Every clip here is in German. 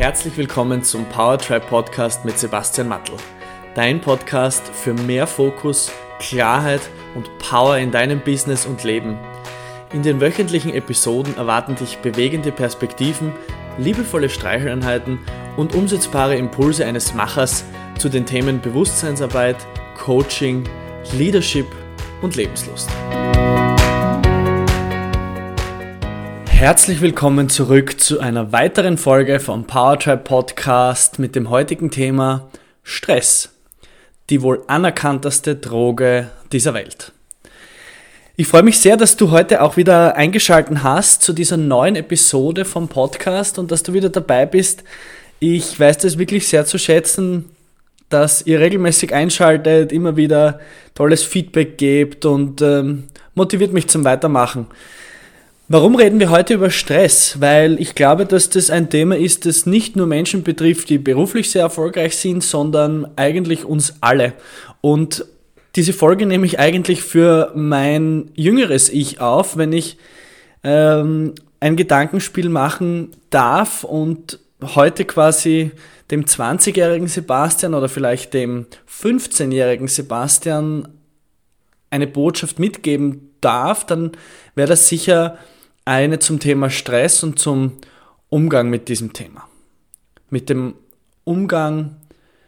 Herzlich willkommen zum Powertribe Podcast mit Sebastian Mattl. Dein Podcast für mehr Fokus, Klarheit und Power in deinem Business und Leben. In den wöchentlichen Episoden erwarten dich bewegende Perspektiven, liebevolle Streicheleinheiten und umsetzbare Impulse eines Machers zu den Themen Bewusstseinsarbeit, Coaching, Leadership und Lebenslust. Herzlich willkommen zurück zu einer weiteren Folge vom Powertribe Podcast mit dem heutigen Thema Stress, die wohl anerkannteste Droge dieser Welt. Ich freue mich sehr, dass du heute auch wieder eingeschaltet hast zu dieser neuen Episode vom Podcast und dass du wieder dabei bist. Ich weiß das wirklich sehr zu schätzen, dass ihr regelmäßig einschaltet, immer wieder tolles Feedback gebt und motiviert mich zum Weitermachen. Warum reden wir heute über Stress? Weil ich glaube, dass das ein Thema ist, das nicht nur Menschen betrifft, die beruflich sehr erfolgreich sind, sondern eigentlich uns alle. Und diese Folge nehme ich eigentlich für mein jüngeres Ich auf, wenn ich ein Gedankenspiel machen darf und heute quasi dem 20-jährigen Sebastian oder vielleicht dem 15-jährigen Sebastian eine Botschaft mitgeben darf, dann wäre das sicher eine zum Thema Stress und zum Umgang mit diesem Thema. Mit dem Umgang,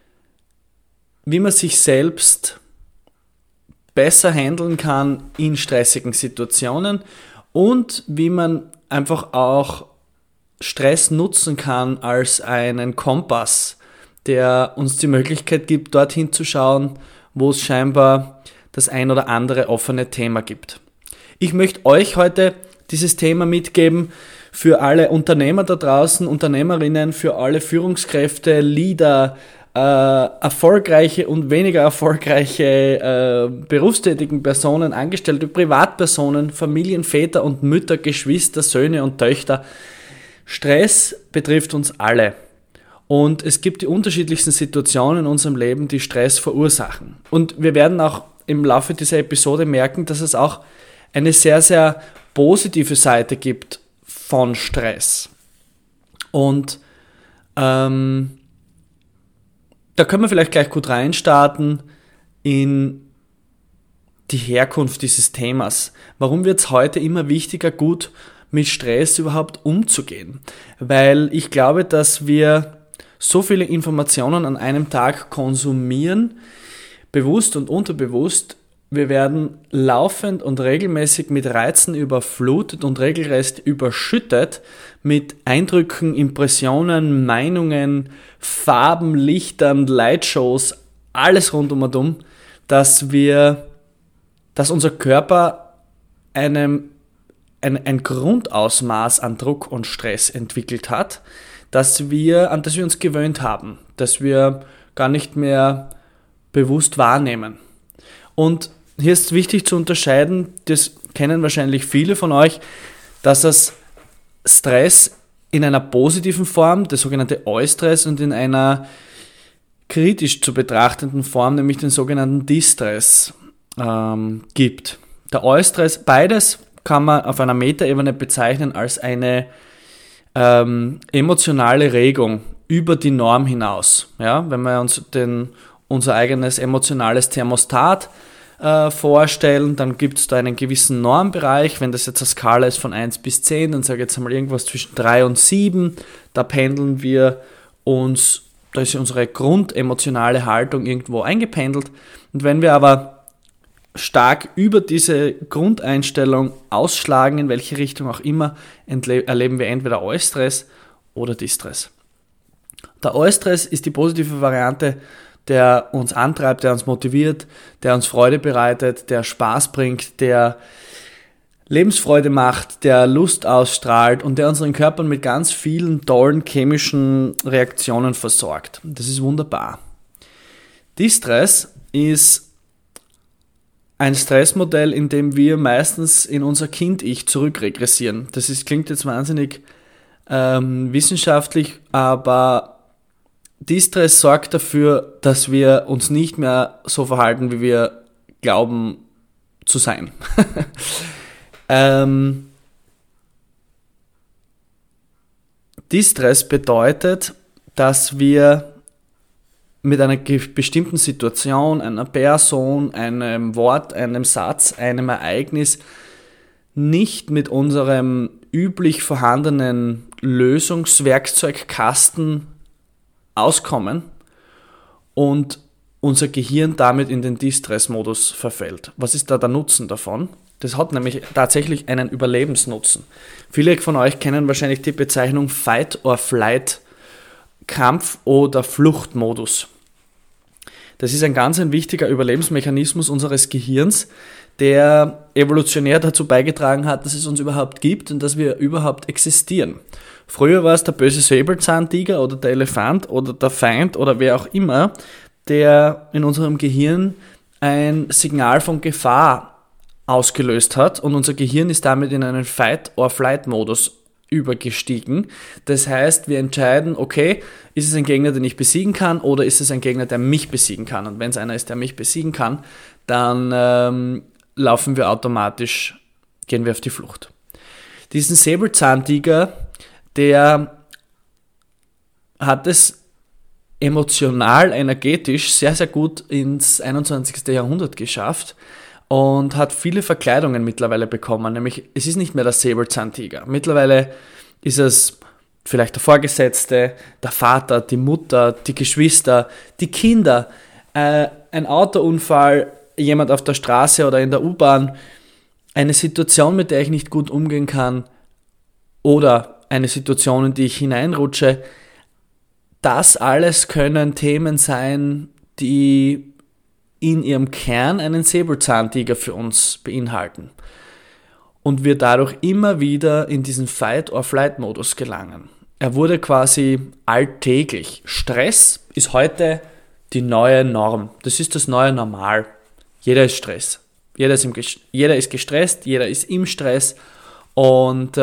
wie man sich selbst besser handeln kann in stressigen Situationen und wie man einfach auch Stress nutzen kann als einen Kompass, der uns die Möglichkeit gibt, dorthin zu schauen, wo es scheinbar das ein oder andere offene Thema gibt. Ich möchte euch heute dieses Thema mitgeben für alle Unternehmer da draußen, Unternehmerinnen, für alle Führungskräfte, Leader, erfolgreiche und weniger erfolgreiche berufstätigen Personen, Angestellte, Privatpersonen, Familien, Väter und Mütter, Geschwister, Söhne und Töchter. Stress betrifft uns alle. Und es gibt die unterschiedlichsten Situationen in unserem Leben, die Stress verursachen. Und wir werden auch im Laufe dieser Episode merken, dass es auch eine sehr, sehr positive Seite gibt von Stress. Und da können wir vielleicht gleich gut reinstarten in die Herkunft dieses Themas. Warum wird es heute immer wichtiger, gut mit Stress überhaupt umzugehen? Weil ich glaube, dass wir so viele Informationen an einem Tag konsumieren, bewusst und unterbewusst. Wir werden laufend und regelmäßig mit Reizen überflutet und regelrecht überschüttet mit Eindrücken, Impressionen, Meinungen, Farben, Lichtern, Lightshows, alles rundum und um, dass unser Körper ein Grundausmaß an Druck und Stress entwickelt hat, an das wir uns gewöhnt haben, das wir gar nicht mehr bewusst wahrnehmen. Und hier ist wichtig zu unterscheiden, das kennen wahrscheinlich viele von euch, dass das Stress in einer positiven Form, der sogenannte Eustress, und in einer kritisch zu betrachtenden Form, nämlich den sogenannten Distress, gibt. Der Eustress, beides kann man auf einer Metaebene bezeichnen als eine emotionale Regung über die Norm hinaus. Ja, wenn wir uns unser eigenes emotionales Thermostat vorstellen, dann gibt es da einen gewissen Normbereich. Wenn das jetzt eine Skala ist von 1 bis 10, dann sage ich jetzt einmal irgendwas zwischen 3 und 7. Da pendeln wir uns, da ist unsere grundemotionale Haltung irgendwo eingependelt. Und wenn wir aber stark über diese Grundeinstellung ausschlagen, in welche Richtung auch immer, erleben wir entweder Eustress oder Distress. Der Eustress ist die positive Variante, der uns antreibt, der uns motiviert, der uns Freude bereitet, der Spaß bringt, der Lebensfreude macht, der Lust ausstrahlt und der unseren Körper mit ganz vielen tollen chemischen Reaktionen versorgt. Das ist wunderbar. Distress ist ein Stressmodell, in dem wir meistens in unser Kind-Ich zurückregressieren. Klingt jetzt wahnsinnig wissenschaftlich, aber Distress sorgt dafür, dass wir uns nicht mehr so verhalten, wie wir glauben zu sein. Distress bedeutet, dass wir mit einer bestimmten Situation, einer Person, einem Wort, einem Satz, einem Ereignis nicht mit unserem üblich vorhandenen Lösungswerkzeugkasten auskommen und unser Gehirn damit in den Distress-Modus verfällt. Was ist da der Nutzen davon? Das hat nämlich tatsächlich einen Überlebensnutzen. Viele von euch kennen wahrscheinlich die Bezeichnung Fight or Flight, Kampf- oder Fluchtmodus. Das ist ein ganz wichtiger Überlebensmechanismus unseres Gehirns, der evolutionär dazu beigetragen hat, dass es uns überhaupt gibt und dass wir überhaupt existieren. Früher war es der böse Säbelzahntiger oder der Elefant oder der Feind oder wer auch immer, der in unserem Gehirn ein Signal von Gefahr ausgelöst hat und unser Gehirn ist damit in einen Fight-or-Flight-Modus übergestiegen. Das heißt, wir entscheiden, okay, ist es ein Gegner, den ich besiegen kann oder ist es ein Gegner, der mich besiegen kann? Und wenn es einer ist, der mich besiegen kann, dann gehen wir auf die Flucht. Diesen Säbelzahntiger, der hat es emotional, energetisch sehr, sehr gut ins 21. Jahrhundert geschafft und hat viele Verkleidungen mittlerweile bekommen. Nämlich, es ist nicht mehr der Säbelzahntiger. Mittlerweile ist es vielleicht der Vorgesetzte, der Vater, die Mutter, die Geschwister, die Kinder, ein Autounfall, jemand auf der Straße oder in der U-Bahn, eine Situation, mit der ich nicht gut umgehen kann oder eine Situation, in die ich hineinrutsche. Das alles können Themen sein, die in ihrem Kern einen Säbelzahntiger für uns beinhalten und wir dadurch immer wieder in diesen Fight-or-Flight-Modus gelangen. Er wurde quasi alltäglich. Stress ist heute die neue Norm. Das ist das neue Normal. Jeder ist Stress. Jeder ist gestresst, jeder ist im Stress und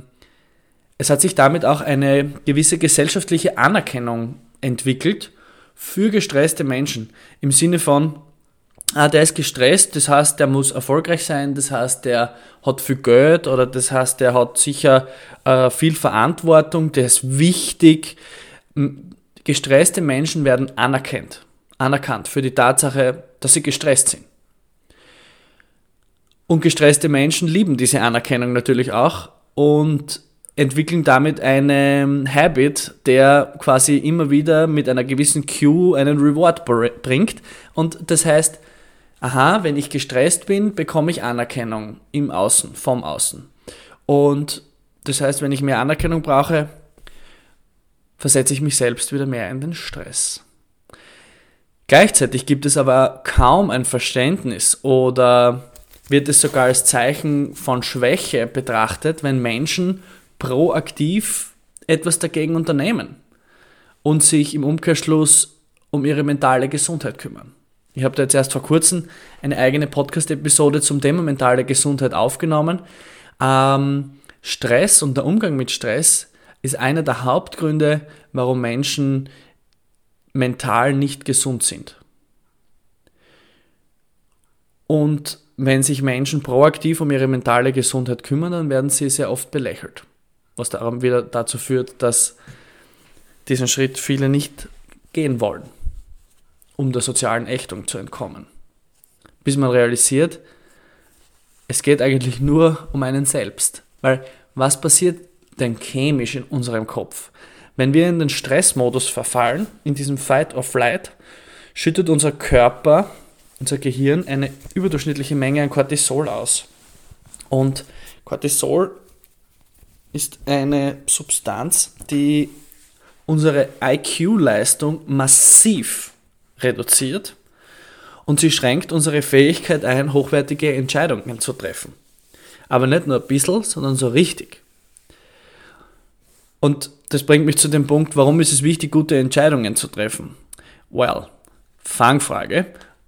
es hat sich damit auch eine gewisse gesellschaftliche Anerkennung entwickelt für gestresste Menschen. Im Sinne von, der ist gestresst, das heißt, der muss erfolgreich sein, das heißt, der hat viel Geld oder das heißt, der hat sicher viel Verantwortung, der ist wichtig. Gestresste Menschen werden anerkannt für die Tatsache, dass sie gestresst sind. Und gestresste Menschen lieben diese Anerkennung natürlich auch und entwickeln damit einen Habit, der quasi immer wieder mit einer gewissen Cue einen Reward bringt. Und das heißt, wenn ich gestresst bin, bekomme ich Anerkennung im Außen, vom Außen. Und das heißt, wenn ich mehr Anerkennung brauche, versetze ich mich selbst wieder mehr in den Stress. Gleichzeitig gibt es aber kaum ein Verständnis oder wird es sogar als Zeichen von Schwäche betrachtet, wenn Menschen proaktiv etwas dagegen unternehmen und sich im Umkehrschluss um ihre mentale Gesundheit kümmern. Ich habe da jetzt erst vor kurzem eine eigene Podcast-Episode zum Thema mentale Gesundheit aufgenommen. Stress und der Umgang mit Stress ist einer der Hauptgründe, warum Menschen mental nicht gesund sind. Und wenn sich Menschen proaktiv um ihre mentale Gesundheit kümmern, dann werden sie sehr oft belächelt. Was darum wieder dazu führt, dass diesen Schritt viele nicht gehen wollen, um der sozialen Ächtung zu entkommen. Bis man realisiert, es geht eigentlich nur um einen selbst. Weil was passiert denn chemisch in unserem Kopf? Wenn wir in den Stressmodus verfallen, in diesem Fight or Flight, schüttet unser Körper, unser Gehirn eine überdurchschnittliche Menge an Cortisol aus. Und Cortisol ist eine Substanz, die unsere IQ-Leistung massiv reduziert und sie schränkt unsere Fähigkeit ein, hochwertige Entscheidungen zu treffen. Aber nicht nur ein bisschen, sondern so richtig. Und das bringt mich zu dem Punkt, warum ist es wichtig, gute Entscheidungen zu treffen? Fangfrage.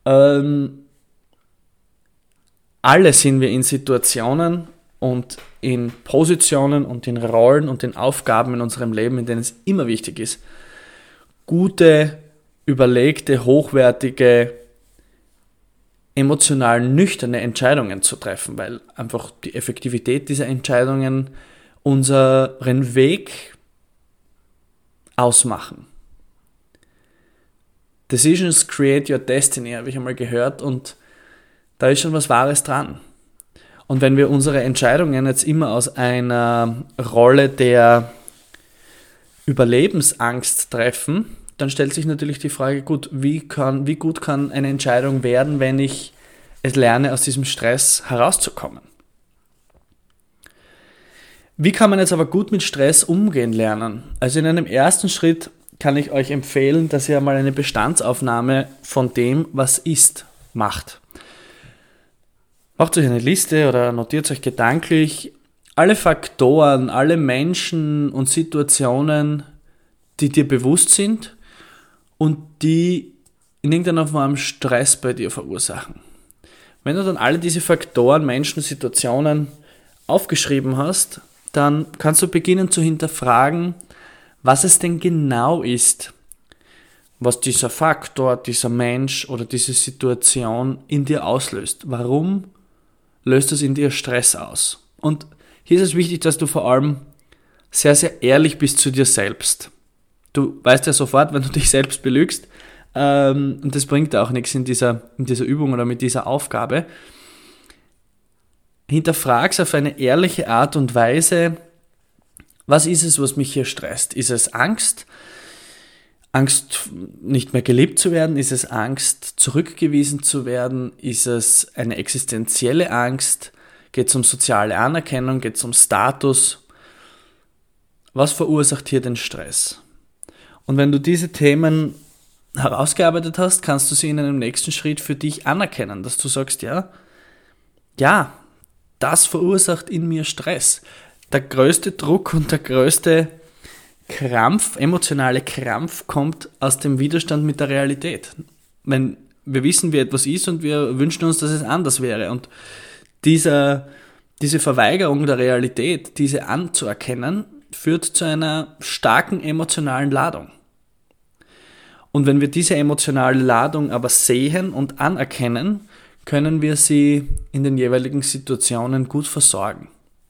Alle sind wir in Situationen und in Positionen und in Rollen und in Aufgaben in unserem Leben, in denen es immer wichtig ist, gute, überlegte, hochwertige, emotional nüchterne Entscheidungen zu treffen, weil einfach die Effektivität dieser Entscheidungen unseren Weg ausmachen. Decisions create your destiny, habe ich einmal gehört, und da ist schon was Wahres dran. Und wenn wir unsere Entscheidungen jetzt immer aus einer Rolle der Überlebensangst treffen, dann stellt sich natürlich die Frage, gut, wie gut kann eine Entscheidung werden, wenn ich es lerne, aus diesem Stress herauszukommen? Wie kann man jetzt aber gut mit Stress umgehen lernen? Also in einem ersten Schritt kann ich euch empfehlen, dass ihr mal eine Bestandsaufnahme von dem, was ist, macht. Macht euch eine Liste oder notiert euch gedanklich alle Faktoren, alle Menschen und Situationen, die dir bewusst sind und die in irgendeiner Form Stress bei dir verursachen. Wenn du dann alle diese Faktoren, Menschen, Situationen aufgeschrieben hast, dann kannst du beginnen zu hinterfragen, was es denn genau ist, was dieser Faktor, dieser Mensch oder diese Situation in dir auslöst. Warum löst es in dir Stress aus? Und hier ist es wichtig, dass du vor allem sehr, sehr ehrlich bist zu dir selbst. Du weißt ja sofort, wenn du dich selbst belügst, und das bringt auch nichts in dieser Übung oder mit dieser Aufgabe. Hinterfrag's auf eine ehrliche Art und Weise, was ist es, was mich hier stresst? Ist es Angst? Angst, nicht mehr geliebt zu werden? Ist es Angst, zurückgewiesen zu werden? Ist es eine existenzielle Angst? Geht es um soziale Anerkennung? Geht es um Status? Was verursacht hier den Stress? Und wenn du diese Themen herausgearbeitet hast, kannst du sie in einem nächsten Schritt für dich anerkennen, dass du sagst, ja, das verursacht in mir Stress. Der größte Druck und der größte Krampf, emotionale Krampf, kommt aus dem Widerstand mit der Realität. Wenn wir wissen, wie etwas ist und wir wünschen uns, dass es anders wäre. Und diese Verweigerung der Realität, diese anzuerkennen, führt zu einer starken emotionalen Ladung. Und wenn wir diese emotionale Ladung aber sehen und anerkennen, können wir sie in den jeweiligen Situationen gut versorgen.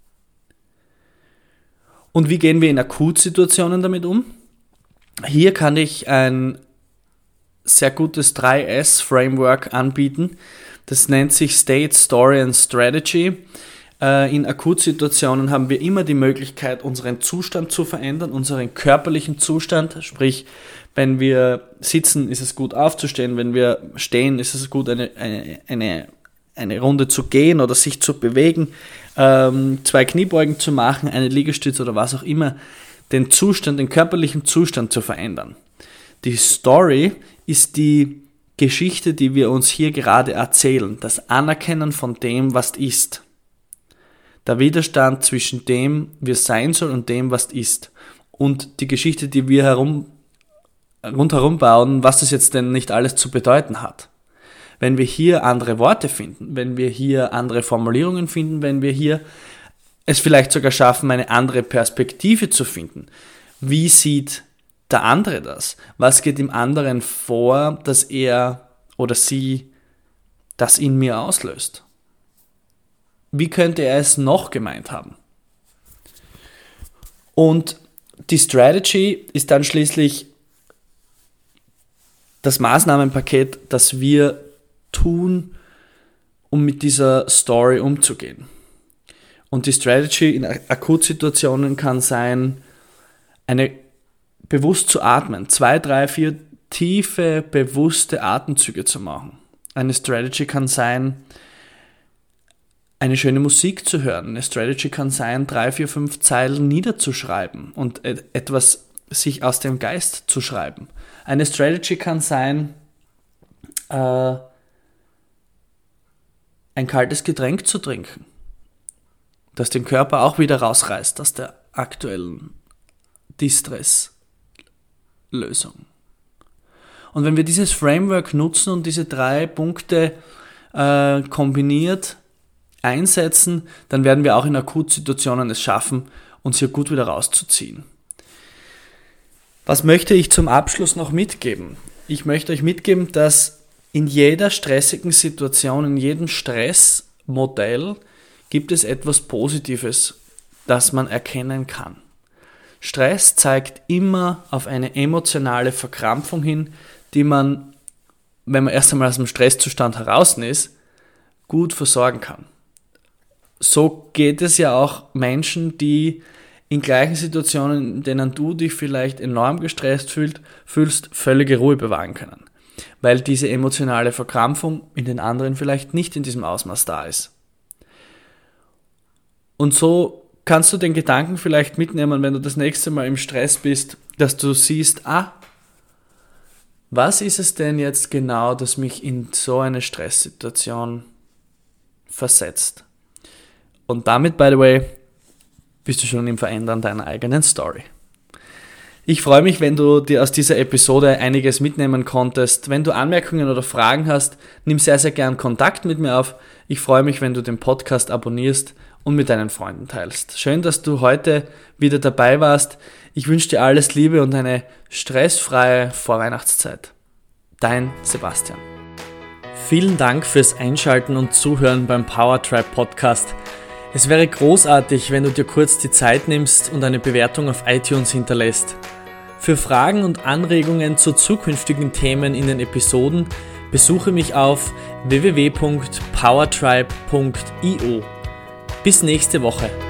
Und wie gehen wir in Akutsituationen damit um? Hier kann ich ein sehr gutes 3S-Framework anbieten. Das nennt sich State, Story and Strategy. In Akutsituationen haben wir immer die Möglichkeit, unseren Zustand zu verändern, unseren körperlichen Zustand. Sprich, wenn wir sitzen, ist es gut aufzustehen. Wenn wir stehen, ist es gut, eine Runde zu gehen oder sich zu bewegen, 2 Kniebeugen zu machen, eine Liegestütze oder was auch immer, den körperlichen Zustand zu verändern. Die Story ist die Geschichte, die wir uns hier gerade erzählen, das Anerkennen von dem, was ist. Der Widerstand zwischen dem, wie es sein soll, und dem, was ist. Und die Geschichte, die wir rundherum bauen, was das jetzt denn nicht alles zu bedeuten hat. Wenn wir hier andere Worte finden, wenn wir hier andere Formulierungen finden, wenn wir hier es vielleicht sogar schaffen, eine andere Perspektive zu finden. Wie sieht der andere das? Was geht dem anderen vor, dass er oder sie das in mir auslöst? Wie könnte er es noch gemeint haben? Und die Strategy ist dann schließlich das Maßnahmenpaket, das wir tun, um mit dieser Story umzugehen. Und die Strategy in Akutsituationen kann sein, bewusst zu atmen, 2, 3, 4 tiefe, bewusste Atemzüge zu machen. Eine Strategy kann sein, eine schöne Musik zu hören. Eine Strategy kann sein, 3, 4, 5 Zeilen niederzuschreiben und etwas sich aus dem Geist zu schreiben. Eine Strategy kann sein, ein kaltes Getränk zu trinken, das den Körper auch wieder rausreißt aus der aktuellen Distress-Lösung. Und wenn wir dieses Framework nutzen und diese 3 Punkte kombiniert einsetzen, dann werden wir auch in Akutsituationen es schaffen, uns hier gut wieder rauszuziehen. Was möchte ich zum Abschluss noch mitgeben? Ich möchte euch mitgeben, dass in jeder stressigen Situation, in jedem Stressmodell gibt es etwas Positives, das man erkennen kann. Stress zeigt immer auf eine emotionale Verkrampfung hin, die man, wenn man erst einmal aus dem Stresszustand heraus ist, gut versorgen kann. So geht es ja auch Menschen, die in gleichen Situationen, in denen du dich vielleicht enorm gestresst fühlst, völlige Ruhe bewahren können. Weil diese emotionale Verkrampfung in den anderen vielleicht nicht in diesem Ausmaß da ist. Und so kannst du den Gedanken vielleicht mitnehmen, wenn du das nächste Mal im Stress bist, dass du siehst, was ist es denn jetzt genau, das mich in so eine Stresssituation versetzt? Und damit, by the way, bist du schon im Verändern deiner eigenen Story. Ich freue mich, wenn du dir aus dieser Episode einiges mitnehmen konntest. Wenn du Anmerkungen oder Fragen hast, nimm sehr, sehr gern Kontakt mit mir auf. Ich freue mich, wenn du den Podcast abonnierst und mit deinen Freunden teilst. Schön, dass du heute wieder dabei warst. Ich wünsche dir alles Liebe und eine stressfreie Vorweihnachtszeit. Dein Sebastian. Vielen Dank fürs Einschalten und Zuhören beim PowerTribe Podcast. Es wäre großartig, wenn du dir kurz die Zeit nimmst und eine Bewertung auf iTunes hinterlässt. Für Fragen und Anregungen zu zukünftigen Themen in den Episoden besuche mich auf www.powertribe.io. Bis nächste Woche.